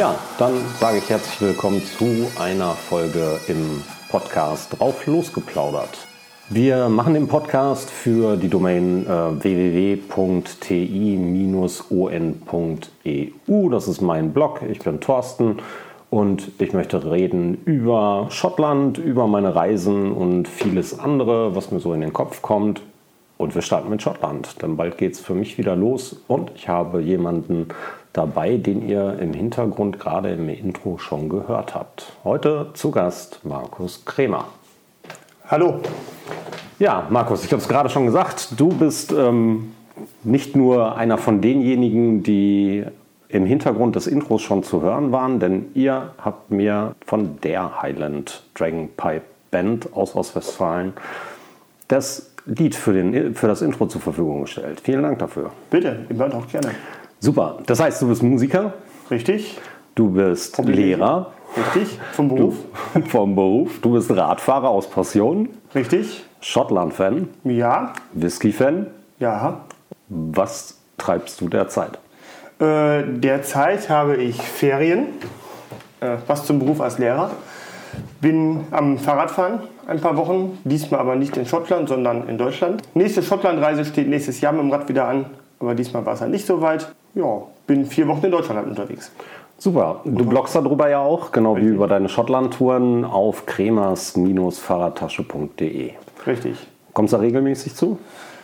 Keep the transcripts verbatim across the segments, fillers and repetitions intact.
Ja, dann sage ich herzlich willkommen zu einer Folge im Podcast Drauf losgeplaudert. Wir machen den Podcast für die Domain äh, w w w punkt t i Bindestrich o n punkt e u. Das ist mein Blog. Ich bin Thorsten und ich möchte reden über Schottland, über meine Reisen und vieles andere, was mir so in den Kopf kommt. Und wir starten mit Schottland, denn bald geht es für mich wieder los und ich habe jemanden dabei, den ihr im Hintergrund gerade im Intro schon gehört habt. Heute zu Gast Markus Krämer. Hallo. Ja, Markus, ich habe es gerade schon gesagt, du bist ähm, nicht nur einer von denjenigen, die im Hintergrund des Intros schon zu hören waren, denn ihr habt mir von der Highland Dragon Pipe Band aus Ostwestfalen das Lied für, den, für das Intro zur Verfügung gestellt. Vielen Dank dafür. Bitte, immer doch gerne. Super. Das heißt, du bist Musiker. Richtig. Du bist Vom Lehrer. Richtig. Vom Beruf. Du, vom Beruf. Du bist Radfahrer aus Passion. Richtig. Schottland-Fan. Ja. Whisky-Fan. Ja. Was treibst du derzeit? Äh, derzeit habe ich Ferien. Äh, was zum Beruf als Lehrer. Bin am Fahrradfahren ein paar Wochen. Diesmal aber nicht in Schottland, sondern in Deutschland. Nächste Schottlandreise steht nächstes Jahr mit dem Rad wieder an. Aber diesmal war es halt nicht so weit. Ja, bin vier Wochen in Deutschland halt unterwegs. Super. Du bloggst darüber ja auch, genau Richtig. Wie über deine Schottland-Touren auf kremers Bindestrich fahrradtasche punkt d e. Richtig. Kommst du da regelmäßig zu?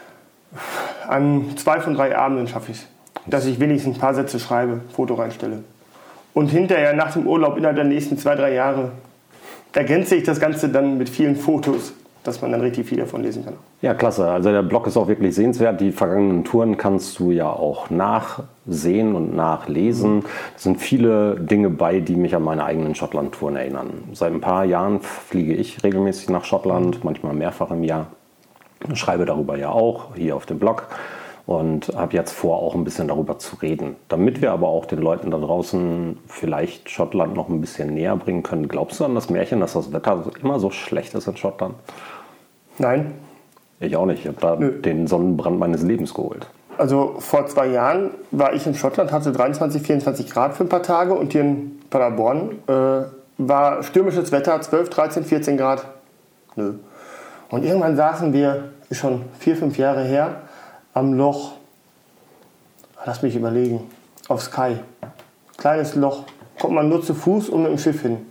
An zwei von drei Abenden schaffe ich es. Dass ich wenigstens ein paar Sätze schreibe, Foto reinstelle. Und hinterher nach dem Urlaub innerhalb der nächsten zwei, drei Jahre ergänze ich das Ganze dann mit vielen Fotos, dass man dann richtig viel davon lesen kann. Ja, klasse. Also der Blog ist auch wirklich sehenswert. Die vergangenen Touren kannst du ja auch nachsehen und nachlesen. Es sind viele Dinge bei, die mich an meine eigenen Schottland-Touren erinnern. Seit ein paar Jahren fliege ich regelmäßig nach Schottland, manchmal mehrfach im Jahr. Ich schreibe darüber ja auch hier auf dem Blog und habe jetzt vor, auch ein bisschen darüber zu reden. Damit wir aber auch den Leuten da draußen vielleicht Schottland noch ein bisschen näher bringen können. Glaubst du an das Märchen, dass das Wetter immer so schlecht ist in Schottland? Nein. Ich auch nicht. Ich habe da Nö. den Sonnenbrand meines Lebens geholt. Also vor zwei Jahren war ich in Schottland, hatte dreiundzwanzig, vierundzwanzig Grad für ein paar Tage und hier in Paderborn äh, war stürmisches Wetter, zwölf, dreizehn, vierzehn Grad. Nö. Und irgendwann saßen wir, ist schon vier, fünf Jahre her, am Loch, lass mich überlegen, auf Skye. Kleines Loch, kommt man nur zu Fuß und mit dem Schiff hin.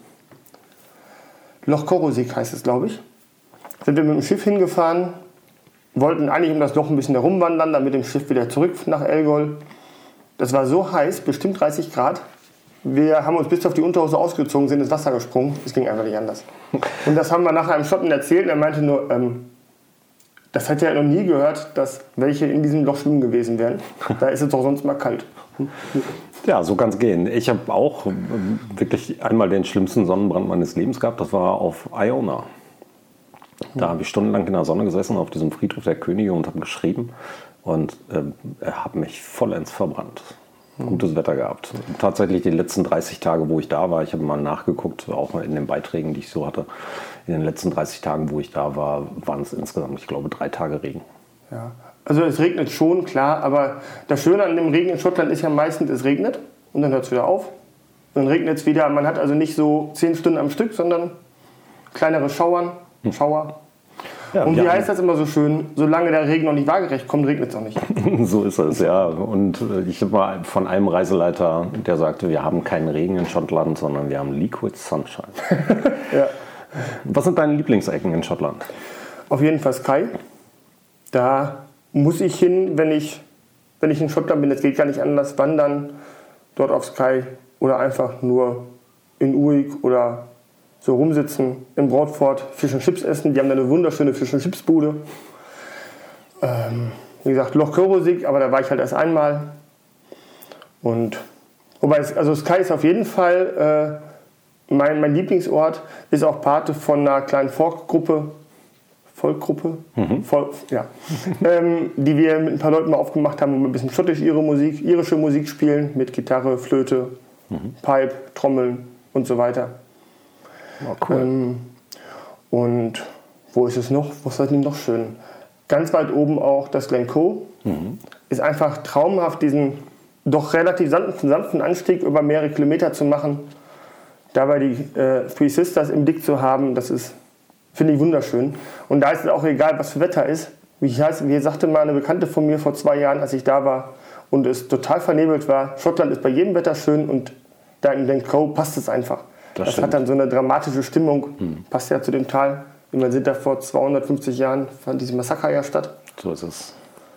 Loch Corrosic heißt es, glaube ich. Sind wir mit dem Schiff hingefahren, wollten eigentlich um das Loch ein bisschen herumwandern, dann mit dem Schiff wieder zurück nach Elgol. Das war so heiß, bestimmt dreißig Grad. Wir haben uns bis auf die Unterhose ausgezogen, sind ins Wasser gesprungen. Es ging einfach nicht anders. Und das haben wir nachher einem Schotten erzählt und er meinte nur, ähm, das hat er noch nie gehört, dass welche in diesem Loch schwimmen gewesen wären. Da ist es doch sonst mal kalt. Ja, so kann es gehen. Ich habe auch wirklich einmal den schlimmsten Sonnenbrand meines Lebens gehabt. Das war auf Iona. Da habe ich stundenlang in der Sonne gesessen auf diesem Friedhof der Könige und habe geschrieben und äh, habe mich vollends verbrannt. Gutes Wetter gehabt. Tatsächlich die letzten dreißig Tage, wo ich da war, ich habe mal nachgeguckt, auch in den Beiträgen, die ich so hatte, in den letzten dreißig Tagen, wo ich da war, waren es insgesamt, ich glaube, drei Tage Regen. Ja, also es regnet schon, klar, aber das Schöne an dem Regen in Schottland ist ja meistens, es regnet und dann hört es wieder auf. Dann regnet es wieder, man hat also nicht so zehn Stunden am Stück, sondern kleinere Schauern. Schauer. Ja, und wie heißt das immer so schön, solange der Regen noch nicht waagerecht kommt, regnet es auch nicht. So ist es, ja. Und ich habe mal von einem Reiseleiter, der sagte, wir haben keinen Regen in Schottland, sondern wir haben Liquid Sunshine. Ja. Was sind deine Lieblingsecken in Schottland? Auf jeden Fall Skye. Da muss ich hin, wenn ich, wenn ich in Schottland bin. Es geht gar nicht anders, wandern dort auf Skye oder einfach nur in Uig oder so rumsitzen im Broadford, Fish and Chips essen. Die haben da eine wunderschöne Fish and Chips Bude. Ähm, wie gesagt, Loch Corrosic, aber da war ich halt erst einmal. Und wobei, es, also Skye ist auf jeden Fall äh, mein, mein Lieblingsort, ist auch Pate von einer kleinen Folkgruppe, Folkgruppe, mhm. Volk, ja, ähm, die wir mit ein paar Leuten mal aufgemacht haben, wo wir ein bisschen schottisch ihre Musik, irische Musik spielen, mit Gitarre, Flöte, mhm. Pipe, Trommeln und so weiter. Oh, cool. Ähm, und wo ist es noch? Was ist denn noch schön? Ganz weit oben auch das Glencoe. Mhm. Ist einfach traumhaft, diesen doch relativ sanften, sanften Anstieg über mehrere Kilometer zu machen, dabei die äh, Three Sisters im Blick zu haben, das ist, finde ich, wunderschön. Und da ist es auch egal, was für Wetter ist. Wie, ich heißt, wie sagte mal eine Bekannte von mir vor zwei Jahren, als ich da war und es total vernebelt war, Schottland ist bei jedem Wetter schön und da in Glen Coe passt es einfach. Das, das hat dann so eine dramatische Stimmung, hm. passt ja zu dem Tal. Wir sind da vor zweihundertfünfzig Jahren, fand dieses Massaker ja statt. So ist es.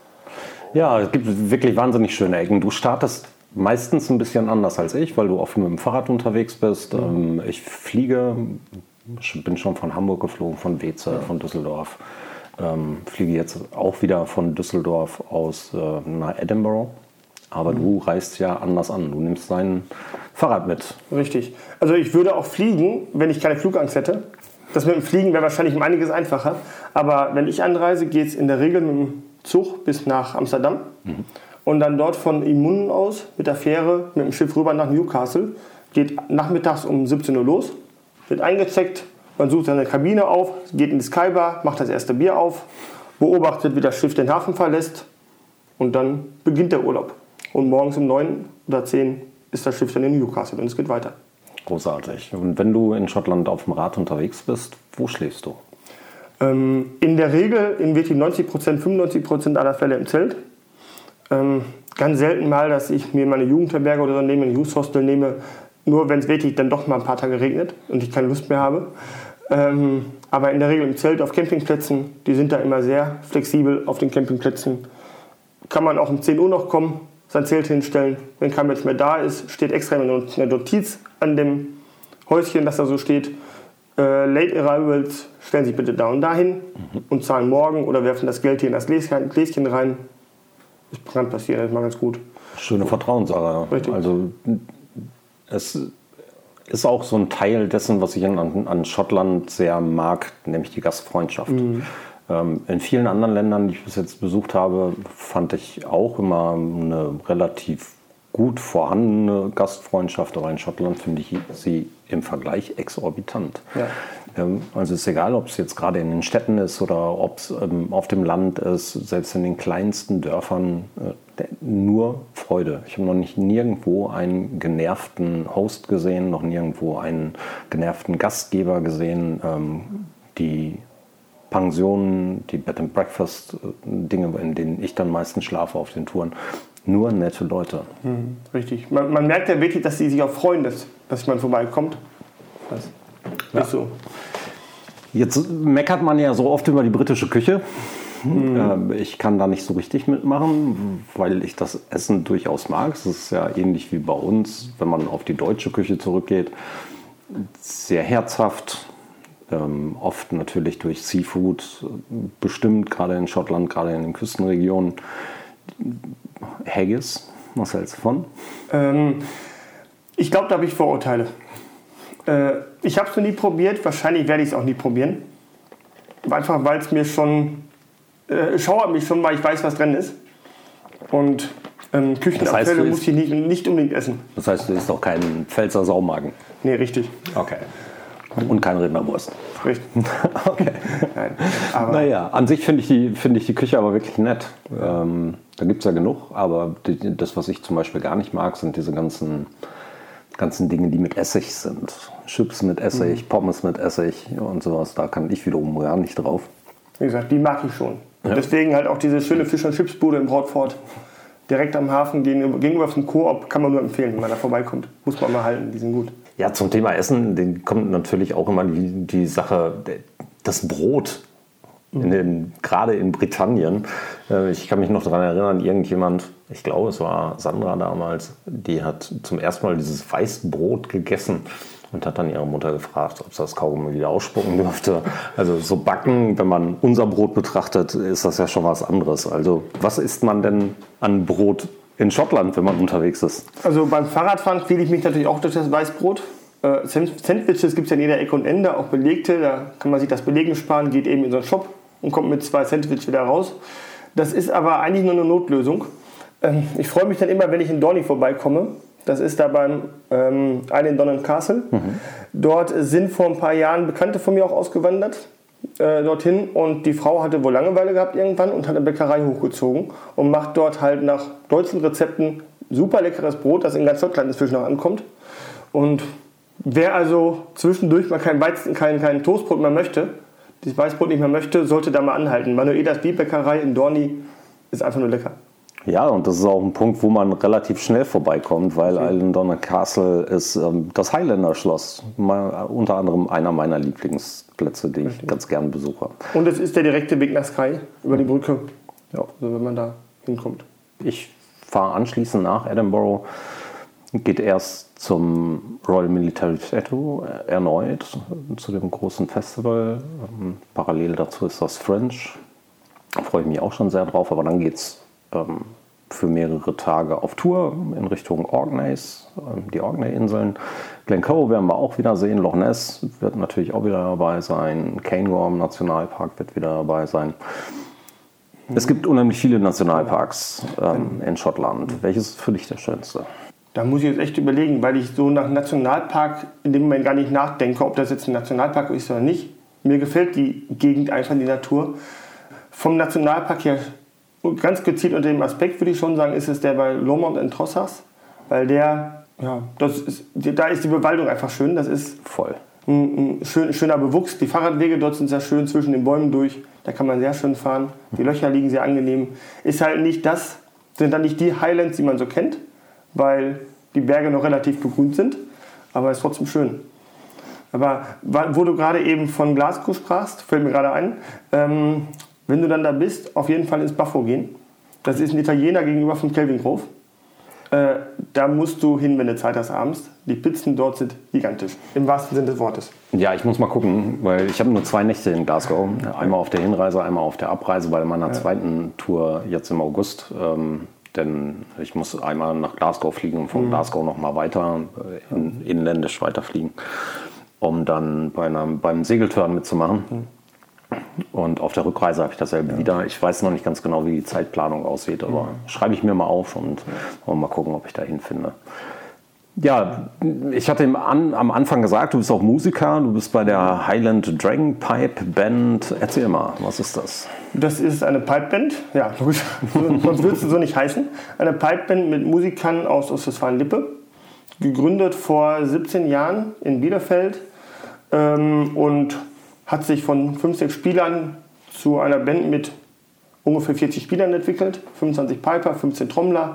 Ja, es gibt wirklich wahnsinnig schöne Ecken. Du startest meistens ein bisschen anders als ich, weil du oft mit dem Fahrrad unterwegs bist. Mhm. Ich fliege, bin schon von Hamburg geflogen, von Weze, ja. von Düsseldorf. Ähm, fliege jetzt auch wieder von Düsseldorf aus äh, nach Edinburgh. Aber mhm. du reist ja anders an. Du nimmst dein Fahrrad mit. Richtig. Also ich würde auch fliegen, wenn ich keine Flugangst hätte. Das mit dem Fliegen wäre wahrscheinlich um einiges einfacher. Aber wenn ich anreise, geht es in der Regel mit dem Zug bis nach Amsterdam. Mhm. Und dann dort von Imunden aus mit der Fähre, mit dem Schiff rüber nach Newcastle. Geht nachmittags um siebzehn Uhr los, wird eingecheckt, man sucht seine Kabine auf, geht in die Skybar, macht das erste Bier auf, beobachtet, wie das Schiff den Hafen verlässt und dann beginnt der Urlaub. Und morgens um neun oder zehn ist das Schiff dann in Newcastle und es geht weiter. Großartig. Und wenn du in Schottland auf dem Rad unterwegs bist, wo schläfst du? Ähm, in der Regel in wirklich neunzig Prozent, fünfundneunzig Prozent aller Fälle im Zelt. Ähm, ganz selten mal, dass ich mir meine Jugendherberge oder so nehme, ein Youth Hostel nehme, nur wenn es wirklich dann doch mal ein paar Tage regnet und ich keine Lust mehr habe. Ähm, aber in der Regel im Zelt auf Campingplätzen, die sind da immer sehr flexibel auf den Campingplätzen. Kann man auch um zehn Uhr noch kommen, sein Zelt hinstellen. Wenn kein Mensch mehr da ist, steht extra eine Notiz an dem Häuschen, das da so steht. Äh, Late Arrivals, stellen sich bitte da und dahin mhm. und zahlen morgen oder werfen das Geld hier in das Gläschen, Gläschen rein. Das kann passieren, das ist mal ganz gut. Schöne Vertrauenssache. Richtig. Also es ist auch so ein Teil dessen, was ich an, an Schottland sehr mag, nämlich die Gastfreundschaft. Mhm. Ähm, in vielen anderen Ländern, die ich bis jetzt besucht habe, fand ich auch immer eine relativ gut vorhandene Gastfreundschaft, aber in Schottland finde ich sie im Vergleich exorbitant. Ja. Ähm, also es ist egal, ob es jetzt gerade in den Städten ist oder ob es ähm, auf dem Land ist, selbst in den kleinsten Dörfern, äh, nur Freude. Ich habe noch nicht nirgendwo einen genervten Host gesehen, noch nirgendwo einen genervten Gastgeber gesehen. Ähm, die Pensionen, die Bed and Breakfast, Dinge, in denen ich dann meistens schlafe auf den Touren, nur nette Leute. Mhm, richtig. Man, man merkt ja wirklich, dass sie sich auch freuen, dass, dass man vorbeikommt. Das ist ja. so. Jetzt meckert man ja so oft über die britische Küche. Mhm. Ich kann da nicht so richtig mitmachen, weil ich das Essen durchaus mag. Es ist ja ähnlich wie bei uns, wenn man auf die deutsche Küche zurückgeht. Sehr herzhaft, ähm, oft natürlich durch Seafood bestimmt, gerade in Schottland, gerade in den Küstenregionen. Haggis, was hältst du von? Ähm, ich glaube, da habe ich Vorurteile. Äh, ich habe es noch nie probiert, wahrscheinlich werde ich es auch nie probieren. Einfach weil es mir schon, äh, schauert mich schon, weil ich weiß, was drin ist. Und ähm, Küchenabfälle das heißt, muss ich nicht, nicht unbedingt essen. Das heißt, du isst auch keinen Pfälzer Saumagen? Nee, richtig. Okay. Und keine Rinderwurst. Richtig. Okay. Nein, aber naja, an sich finde ich, die, find ich die Küche aber wirklich nett. Ähm, da gibt es ja genug, aber die, das, was ich zum Beispiel gar nicht mag, sind diese ganzen, ganzen Dinge, die mit Essig sind. Chips mit Essig, mhm. Pommes mit Essig und sowas. Da kann ich wiederum gar nicht drauf. Wie gesagt, die mag ich schon. Ja. Deswegen halt auch diese schöne Fisch- und Chipsbude im Brautfort. Direkt am Hafen gegenüber, gegenüber vom Coop kann man nur empfehlen, wenn man da vorbeikommt. Muss man mal halten, die sind gut. Ja, zum Thema Essen, den kommt natürlich auch immer die, die Sache, das Brot, in den, gerade in Britannien. Ich kann mich noch daran erinnern, irgendjemand, ich glaube es war Sandra damals, die hat zum ersten Mal dieses Weißbrot gegessen und hat dann ihre Mutter gefragt, ob sie das Kaugummi wieder ausspucken dürfte. Also so backen, wenn man unser Brot betrachtet, ist das ja schon was anderes. Also was isst man denn an Brot in Schottland, wenn man unterwegs ist? Also beim Fahrradfahren quäle ich mich natürlich auch durch das Weißbrot. Äh, Sandwiches gibt es ja in jeder Ecke und Ende, auch belegte. Da kann man sich das Belegen sparen, geht eben in so einen Shop und kommt mit zwei Sandwiches wieder raus. Das ist aber eigentlich nur eine Notlösung. Ähm, ich freue mich dann immer, wenn ich in Dorney vorbeikomme. Das ist da beim ähm, Island Donnan Castle. Mhm. Dort sind vor ein paar Jahren Bekannte von mir auch ausgewandert. Äh, dorthin und die Frau hatte wohl Langeweile gehabt irgendwann und hat eine Bäckerei hochgezogen und macht dort halt nach deutschen Rezepten super leckeres Brot, das in ganz Schottland inzwischen noch ankommt. Und wer also zwischendurch mal kein Weizen, kein, kein Toastbrot mehr möchte, das Weißbrot nicht mehr möchte, sollte da mal anhalten. Manuelas Bierbäckerei in Dorney ist einfach nur lecker. Ja, und das ist auch ein Punkt, wo man relativ schnell vorbeikommt, weil okay. Islandonner Castle ist ähm, das Highlander-Schloss. Mal, unter anderem einer meiner Lieblingsplätze, die Richtig. ich ganz gerne besuche. Und es ist der direkte Weg nach Skye über die Brücke, ja, also wenn man da hinkommt. Ich fahre anschließend nach Edinburgh, geht erst zum Royal Military Theatre erneut, zu dem großen Festival. Ähm, parallel dazu ist das Fringe. Da freue ich mich auch schon sehr drauf, aber dann geht es ähm, für mehrere Tage auf Tour in Richtung Orkneys, ähm, die Orkney-Inseln. Glencoe werden wir auch wieder sehen, Loch Ness wird natürlich auch wieder dabei sein, Cairngorm Nationalpark wird wieder dabei sein. Es gibt unheimlich viele Nationalparks ähm, in Schottland. Welches ist für dich der schönste? Da muss ich jetzt echt überlegen, weil ich so nach Nationalpark in dem Moment gar nicht nachdenke, ob das jetzt ein Nationalpark ist oder nicht. Mir gefällt die Gegend einfach, die Natur. Vom Nationalpark her, ganz gezielt unter dem Aspekt würde ich schon sagen, ist es der bei Lomond and Trossachs, weil der, ja, das ist, da ist die Bewaldung einfach schön. Das ist voll. Ein, ein schön, schöner Bewuchs. Die Fahrradwege dort sind sehr schön zwischen den Bäumen durch. Da kann man sehr schön fahren. Die Löcher liegen sehr angenehm. Ist halt nicht das, sind dann nicht die Highlands, die man so kennt, weil die Berge noch relativ begrünt sind, aber ist trotzdem schön. Aber wo du gerade eben von Glasgow sprachst, fällt mir gerade ein, ähm, wenn du dann da bist, auf jeden Fall ins Buffo gehen. Das ist ein Italiener gegenüber von Kelvingrove. Äh, da musst du hin, wenn du Zeit hast abends. Die Pizzen dort sind gigantisch, im wahrsten Sinne des Wortes. Ja, ich muss mal gucken, weil ich habe nur zwei Nächte in Glasgow. Einmal auf der Hinreise, einmal auf der Abreise bei meiner ja. zweiten Tour jetzt im August. Ähm, denn ich muss einmal nach Glasgow fliegen und von mhm. Glasgow nochmal weiter, in, inländisch weiterfliegen, um dann bei einem, beim Segeltörn mitzumachen. Mhm. Und auf der Rückreise habe ich dasselbe ja. wieder. Ich weiß noch nicht ganz genau, wie die Zeitplanung aussieht, aber mhm. schreibe ich mir mal auf und ja. mal gucken, ob ich da hinfinde. Ja, ich hatte am Anfang gesagt, du bist auch Musiker, du bist bei der Highland Dragon Pipe Band. Erzähl mal, was ist das? Das ist eine Pipeband, ja, logisch, sonst würdest du so nicht heißen. Eine Pipeband mit Musikern aus Ostwestfalen-Lippe, gegründet vor siebzehn Jahren in Bielefeld ähm, und hat sich von fünf, sechs Spielern zu einer Band mit ungefähr vierzig Spielern entwickelt, fünfundzwanzig Piper, fünfzehn Trommler,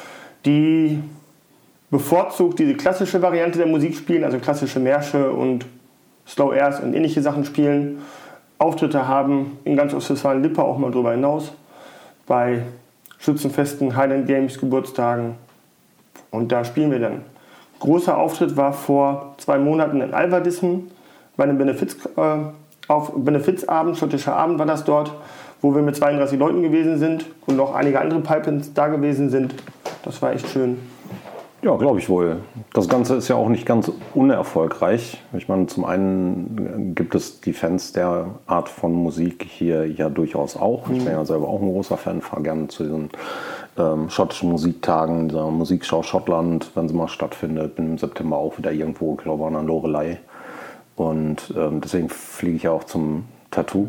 die bevorzugt diese klassische Variante der Musik spielen, also klassische Märsche und Slow Airs und ähnliche Sachen spielen. Auftritte haben in ganz Ostwestfalen-Lippe, auch mal darüber hinaus, bei Schützenfesten, Highland Games, Geburtstagen. Und da spielen wir dann. Großer Auftritt war vor zwei Monaten in Alverdissen bei einem Benefiz, äh, auf Benefizabend, schottischer Abend war das dort, wo wir mit zweiunddreißig Leuten gewesen sind und noch einige andere Pipens da gewesen sind. Das war echt schön. Ja, glaube ich wohl. Das Ganze ist ja auch nicht ganz unerfolgreich. Ich meine, zum einen gibt es die Fans der Art von Musik hier ja durchaus auch. Ich bin ja selber auch ein großer Fan, fahre gerne zu diesen ähm, schottischen Musiktagen, dieser Musikschau Schottland, wenn sie mal stattfindet. Bin im September auch wieder irgendwo, ich glaube an der Loreley. Und ähm, deswegen fliege ich ja auch zum Tattoo.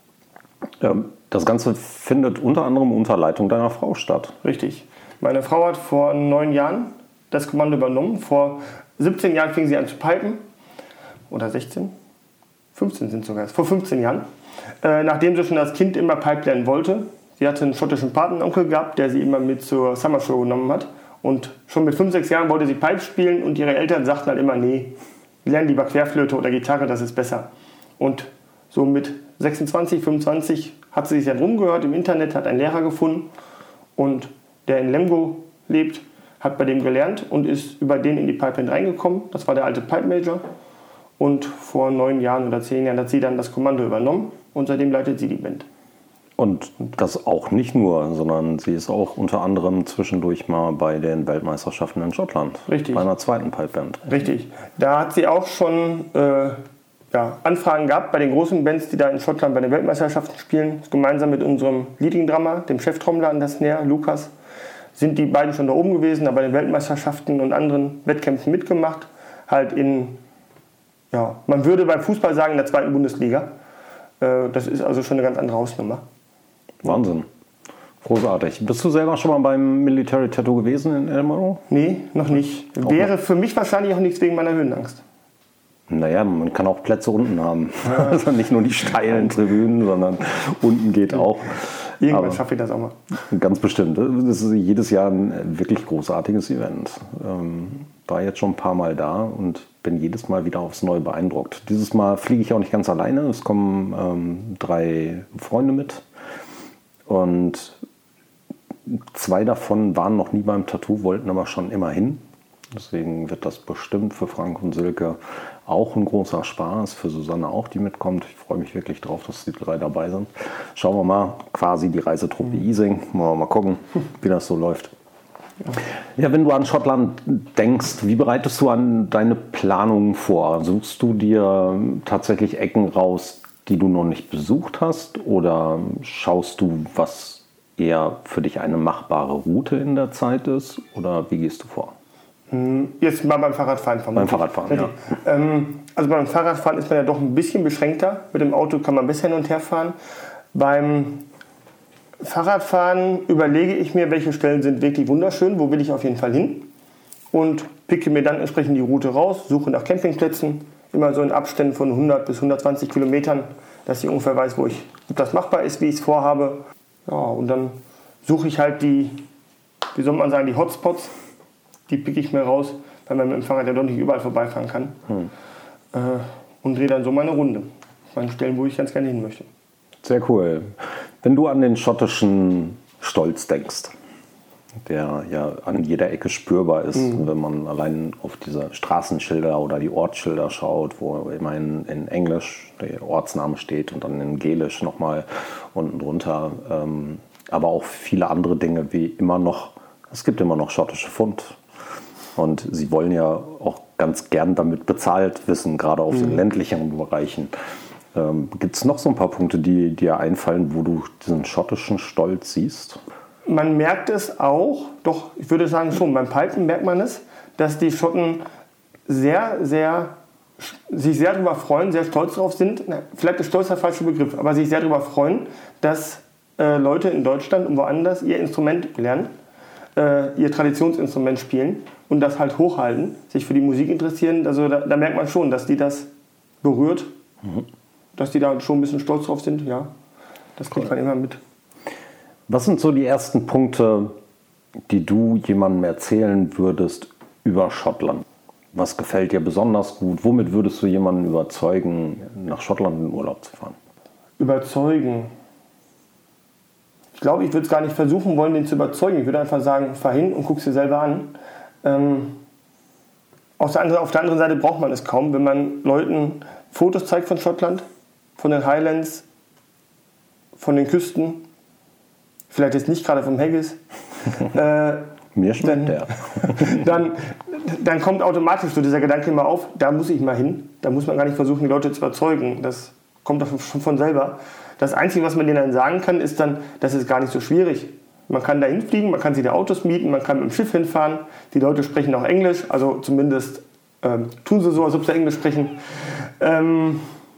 Ähm, das Ganze findet unter anderem unter Leitung deiner Frau statt. Richtig. Meine Frau hat vor neun Jahren das Kommando übernommen. Vor siebzehn Jahren fing sie an zu pipen. Oder sechzehn? fünfzehn sind sogar. Vor fünfzehn Jahren. Äh, nachdem sie schon als Kind immer Pipe lernen wollte. Sie hatte einen schottischen Patenonkel gehabt, der sie immer mit zur Summer Show genommen hat. Und schon mit fünf, sechs Jahren wollte sie Pipe spielen und ihre Eltern sagten halt immer, nee, lern lieber Querflöte oder Gitarre, das ist besser. Und so mit sechsundzwanzig, fünfundzwanzig hat sie sich dann rumgehört im Internet, hat einen Lehrer gefunden und der in Lemgo lebt, hat bei dem gelernt und ist über den in die Pipeband reingekommen. Das war der alte Pipe Major. Und vor neun Jahren oder zehn Jahren hat sie dann das Kommando übernommen und seitdem leitet sie die Band. Und das auch nicht nur, sondern sie ist auch unter anderem zwischendurch mal bei den Weltmeisterschaften in Schottland. Richtig. Bei einer zweiten Pipeband. Richtig. Da hat sie auch schon äh, ja, Anfragen gehabt bei den großen Bands, die da in Schottland bei den Weltmeisterschaften spielen. Gemeinsam mit unserem Leading Drummer, dem Cheftrommler an der Snare, Lukas, sind die beiden schon da oben gewesen, aber bei den Weltmeisterschaften und anderen Wettkämpfen mitgemacht. Halt in, ja, man würde beim Fußball sagen, in der zweiten Bundesliga. Äh, das ist also schon eine ganz andere Hausnummer. Wahnsinn. Großartig. Bist du selber schon mal beim Military Tattoo gewesen in Elmero? Nee, noch nicht. Wäre für mich wahrscheinlich auch nichts wegen meiner Höhenangst. Naja, man kann auch Plätze unten haben. Ja. Also nicht nur die steilen Tribünen, sondern unten geht auch. Irgendwann schaffe ich das auch mal. Ganz bestimmt. Das ist jedes Jahr ein wirklich großartiges Event. Ähm, war jetzt schon ein paar Mal da und bin jedes Mal wieder aufs Neue beeindruckt. Dieses Mal fliege ich auch nicht ganz alleine. Es kommen ähm, drei Freunde mit. Und zwei davon waren noch nie beim Tattoo, wollten aber schon immer hin. Deswegen wird das bestimmt für Frank und Silke auch ein großer Spaß. Für Susanne auch, die mitkommt. Ich freue mich wirklich drauf, dass die drei dabei sind. Schauen wir mal, quasi die Reisetruppe Ising. Wollen wir mal gucken, wie das so läuft. Ja, wenn du an Schottland denkst, wie bereitest du an deine Planungen vor? Suchst du dir tatsächlich Ecken raus, die du noch nicht besucht hast? Oder schaust du, was eher für dich eine machbare Route in der Zeit ist? Oder wie gehst du vor? Jetzt mal beim Fahrradfahren. Beim Fahrradfahren, ja. Ähm, also beim Fahrradfahren ist man ja doch ein bisschen beschränkter. Mit dem Auto kann man besser hin und her fahren. Beim Fahrradfahren überlege ich mir, welche Stellen sind wirklich wunderschön, wo will ich auf jeden Fall hin. Und picke mir dann entsprechend die Route raus, suche nach Campingplätzen. Immer so in Abständen von hundert bis hundertzwanzig Kilometern, dass ich ungefähr weiß, wo ich, ob das machbar ist, wie ich es vorhabe. Ja, und dann suche ich halt die, wie soll man sagen, die Hotspots. Die picke ich mir raus, weil man mit dem Fahrrad ja doch nicht überall vorbeifahren kann. Hm. Äh, und drehe dann so meine Runde. An Stellen, wo ich ganz gerne hin möchte. Sehr cool. Wenn du an den schottischen Stolz denkst, der ja an jeder Ecke spürbar ist, mhm. wenn man allein auf diese Straßenschilder oder die Ortsschilder schaut, wo immerhin in Englisch der Ortsname steht und dann in Gälisch nochmal unten drunter. Ähm, aber auch viele andere Dinge wie immer noch, es gibt immer noch schottische Pfund. Und sie wollen ja auch ganz gern damit bezahlt wissen, gerade auf mhm. den ländlicheren Bereichen. Ähm, gibt es noch so ein paar Punkte, die dir einfallen, wo du diesen schottischen Stolz siehst? Man merkt es auch, doch ich würde sagen schon, beim Pipen merkt man es, dass die Schotten sehr, sehr, sich sehr darüber freuen, sehr stolz darauf sind, na, vielleicht ist stolz der falsche Begriff, aber sich sehr darüber freuen, dass äh, Leute in Deutschland und woanders ihr Instrument lernen, äh, ihr Traditionsinstrument spielen und das halt hochhalten, sich für die Musik interessieren. Also da, da merkt man schon, dass die das berührt, mhm. dass die da schon ein bisschen stolz drauf sind. Ja, das kriegt cool. man immer mit. Was sind so die ersten Punkte, die du jemandem erzählen würdest über Schottland? Was gefällt dir besonders gut? Womit würdest du jemanden überzeugen, nach Schottland in Urlaub zu fahren? Überzeugen? Ich glaube, ich würde es gar nicht versuchen wollen, den zu überzeugen. Ich würde einfach sagen, fahr hin und guck es dir selber an. Ähm, auf, der anderen, auf der anderen Seite braucht man es kaum, wenn man Leuten Fotos zeigt von Schottland, von den Highlands, von den Küsten, vielleicht jetzt nicht gerade vom Haggis. äh, Mir schmeckt der. dann, dann kommt automatisch so dieser Gedanke immer auf, da muss ich mal hin. Da muss man gar nicht versuchen, die Leute zu überzeugen. Das kommt doch schon von selber. Das Einzige, was man denen dann sagen kann, ist dann, das ist gar nicht so schwierig. Man kann da hinfliegen, man kann sich da Autos mieten, man kann mit dem Schiff hinfahren. Die Leute sprechen auch Englisch, also zumindest ähm, tun sie so, als ob sie Englisch sprechen. Ähm,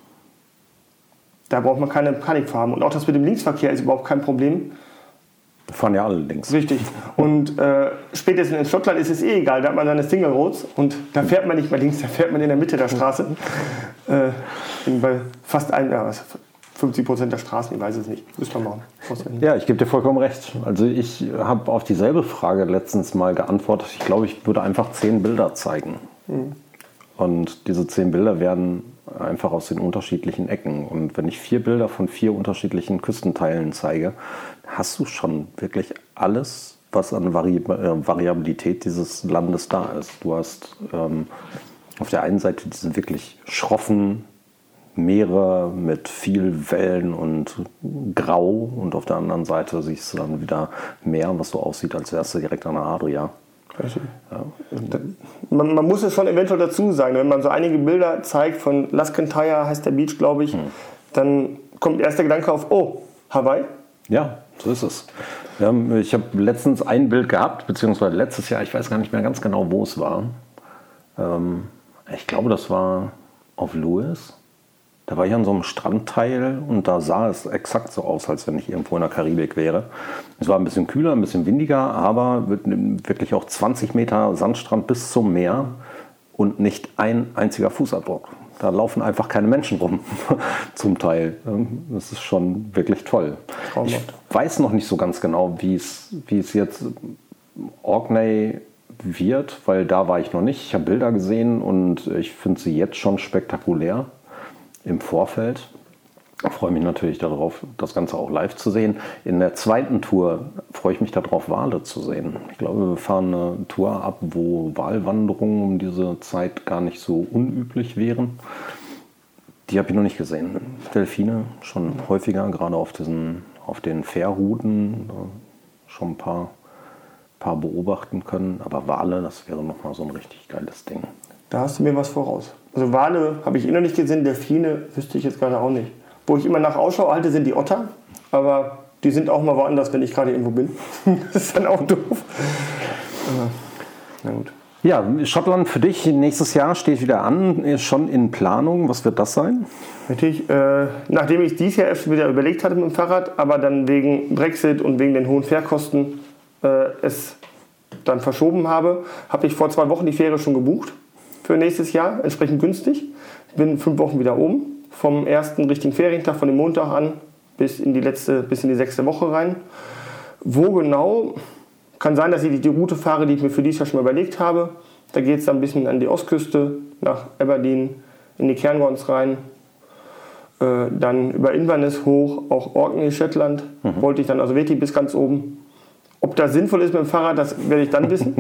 da braucht man keine Panik vor haben. Und auch das mit dem Linksverkehr ist überhaupt kein Problem. Wir fahren ja alle links. Richtig. Und äh, spätestens in Schottland ist es eh egal. Da hat man seine Single Roads und da fährt man nicht mehr links, da fährt man in der Mitte der Straße. äh, bei fast allen, ja, fünfzig Prozent der Straßen, ich weiß es nicht. Müssen wir machen. Ja, ich gebe dir vollkommen recht. Also ich habe auf dieselbe Frage letztens mal geantwortet. Ich glaube, ich würde einfach zehn Bilder zeigen. Mhm. Und diese zehn Bilder werden einfach aus den unterschiedlichen Ecken. Und wenn ich vier Bilder von vier unterschiedlichen Küstenteilen zeige, hast du schon wirklich alles, was an Vari- äh, Variabilität dieses Landes da ist. Du hast ähm, auf der einen Seite diese wirklich schroffen Meere mit viel Wellen und Grau und auf der anderen Seite siehst du dann wieder Meer, was so aussieht, als wärst du direkt an der Adria. Ja. Man, man muss es schon eventuell dazu sagen, wenn man so einige Bilder zeigt von Laskentyre, heißt der Beach, glaube ich, hm. dann kommt erst der Gedanke auf, oh, Hawaii? Ja, so ist es. Ich habe letztens ein Bild gehabt, beziehungsweise letztes Jahr, ich weiß gar nicht mehr ganz genau, wo es war. Ich glaube, das war auf Lewis. Da war ich an so einem Strandteil und da sah es exakt so aus, als wenn ich irgendwo in der Karibik wäre. Es war ein bisschen kühler, ein bisschen windiger, aber wirklich auch zwanzig Meter Sandstrand bis zum Meer und nicht ein einziger Fußabdruck. Da laufen einfach keine Menschen rum, zum Teil. Das ist schon wirklich toll. Ich weiß noch nicht so ganz genau, wie es, wie es jetzt Orkney wird, weil da war ich noch nicht. Ich habe Bilder gesehen und ich finde sie jetzt schon spektakulär im Vorfeld. Ich freue mich natürlich darauf, das Ganze auch live zu sehen. In der zweiten Tour freue ich mich darauf, Wale zu sehen. Ich glaube, wir fahren eine Tour ab, wo Walwanderungen um diese Zeit gar nicht so unüblich wären. Die habe ich noch nicht gesehen. Delfine schon häufiger, gerade auf, diesen, auf den Fährrouten schon ein paar, paar beobachten können. Aber Wale, das wäre nochmal so ein richtig geiles Ding. Da hast du mir was voraus. Also Wale habe ich eh noch nicht gesehen, Delfine wüsste ich jetzt gerade auch nicht. Wo ich immer nach Ausschau halte, sind die Otter. Aber die sind auch mal woanders, wenn ich gerade irgendwo bin. Das ist dann auch doof. Aber, na gut. Ja, Schottland für dich nächstes Jahr steht wieder an, ist schon in Planung. Was wird das sein? Natürlich, äh, nachdem ich dieses Jahr erst wieder überlegt hatte mit dem Fahrrad, aber dann wegen Brexit und wegen den hohen Fährkosten äh, es dann verschoben habe, habe ich vor zwei Wochen die Fähre schon gebucht für nächstes Jahr, entsprechend günstig. Ich bin fünf Wochen wieder oben. Vom ersten richtigen Ferientag, von dem Montag an, bis in die letzte, bis in die sechste Woche rein. Wo genau, kann sein, dass ich die Route fahre, die ich mir für dieses Jahr schon mal überlegt habe. Da geht es dann ein bisschen an die Ostküste, nach Aberdeen, in die Cairngorms rein. Äh, dann über Inverness hoch, auch Orkney, Shetland. Mhm. Wollte ich dann also wirklich bis ganz oben. Ob das sinnvoll ist mit dem Fahrrad, das werde ich dann wissen.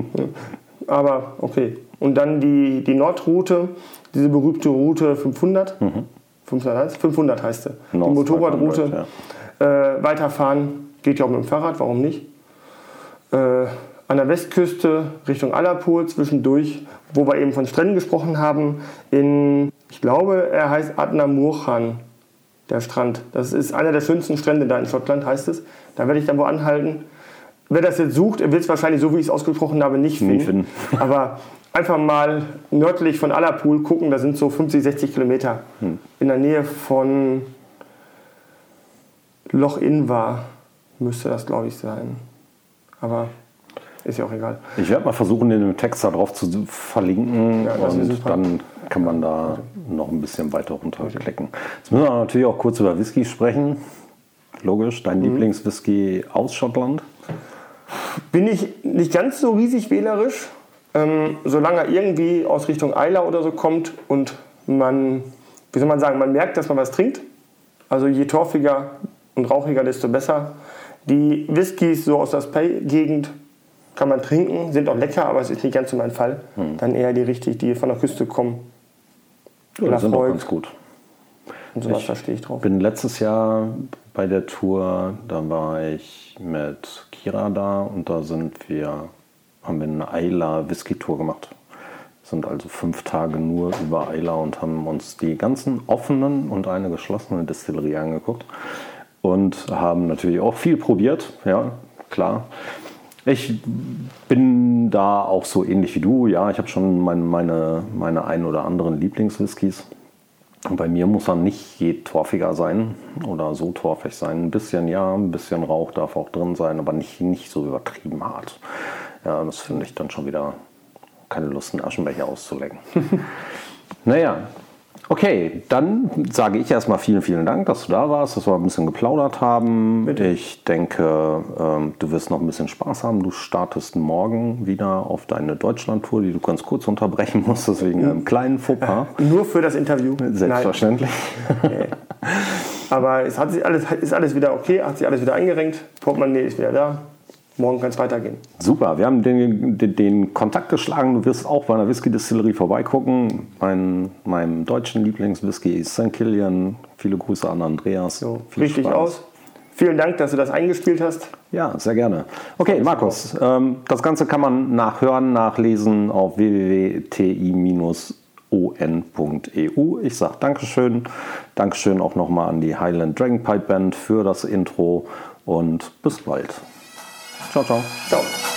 Aber okay. Und dann die, die Nordroute, diese berühmte Route fünfhundert. Mhm. fünfhundert heißt sie. Die Motorradroute ja. äh, weiterfahren, geht ja auch mit dem Fahrrad, warum nicht? Äh, an der Westküste Richtung Allerpool zwischendurch, wo wir eben von Stränden gesprochen haben, in, ich glaube, er heißt Adnamurchan, der Strand. Das ist einer der schönsten Strände da in Schottland, heißt es. Da werde ich dann wo anhalten. Wer das jetzt sucht, er wird es wahrscheinlich, so wie ich es ausgesprochen habe, nicht finden. Nicht finden. Aber einfach mal nördlich von Allerpool gucken, da sind so fünfzig, sechzig Kilometer. Hm. In der Nähe von Loch Inver müsste das, glaube ich, sein. Aber ist ja auch egal. Ich werde mal versuchen, den Text da drauf zu verlinken ja, und dann kann man da noch ein bisschen weiter runterklicken. Jetzt müssen wir natürlich auch kurz über Whisky sprechen. Logisch, dein mhm. Lieblingswhisky aus Schottland? Bin ich nicht ganz so riesig wählerisch. Ähm, solange er irgendwie aus Richtung Islay oder so kommt und man, wie soll man sagen, man merkt, dass man was trinkt. Also je torfiger und rauchiger, desto besser. Die Whiskys so aus der Spey-Gegend kann man trinken, sind auch lecker, aber es ist nicht ganz so mein Fall. Hm. Dann eher die richtig, die von der Küste kommen. Ja, das sind auch ganz gut. Und sowas, da stehe ich drauf. Ich bin letztes Jahr bei der Tour, da war ich mit Kira da und da sind wir, haben wir eine Islay Whisky Tour gemacht. Sind also fünf Tage nur über Islay und haben uns die ganzen offenen und eine geschlossene Distillerie angeguckt und haben natürlich auch viel probiert, ja, klar. Ich bin da auch so ähnlich wie du, ja, ich habe schon meine, meine, meine ein oder anderen Lieblingswhiskys. Bei mir muss er nicht je torfiger sein oder so torfig sein. Ein bisschen ja, ein bisschen Rauch darf auch drin sein, aber nicht, nicht so übertrieben hart. Ja, das finde ich dann schon wieder keine Lust, einen Aschenbecher auszulecken. Naja, okay, dann sage ich erstmal vielen, vielen Dank, dass du da warst, dass wir ein bisschen geplaudert haben. Bitte. Ich denke, ähm, du wirst noch ein bisschen Spaß haben. Du startest morgen wieder auf deine Deutschlandtour, die du ganz kurz unterbrechen musst, deswegen einem kleinen Fauxpas. Nur für das Interview? Selbstverständlich. Okay. Aber es hat sich alles, ist alles wieder okay, hat sich alles wieder eingerenkt. Portemonnaie ist wieder da. Morgen kann es weitergehen. Super, wir haben den, den, den Kontakt geschlagen. Du wirst auch bei einer Whisky-Distillerie vorbeigucken. Mein, meinem deutschen Lieblingswhisky ist Sankt Kilian. Viele Grüße an Andreas. So, richtig aus. Vielen Dank, dass du das eingespielt hast. Ja, sehr gerne. Okay, Markus, ähm, das Ganze kann man nachhören, nachlesen auf w w w punkt t i Bindestrich o n punkt e u. Ich sage Dankeschön. Dankeschön auch nochmal an die Highland Dragonpipe Band für das Intro und bis bald. Ciao, ciao. Ciao.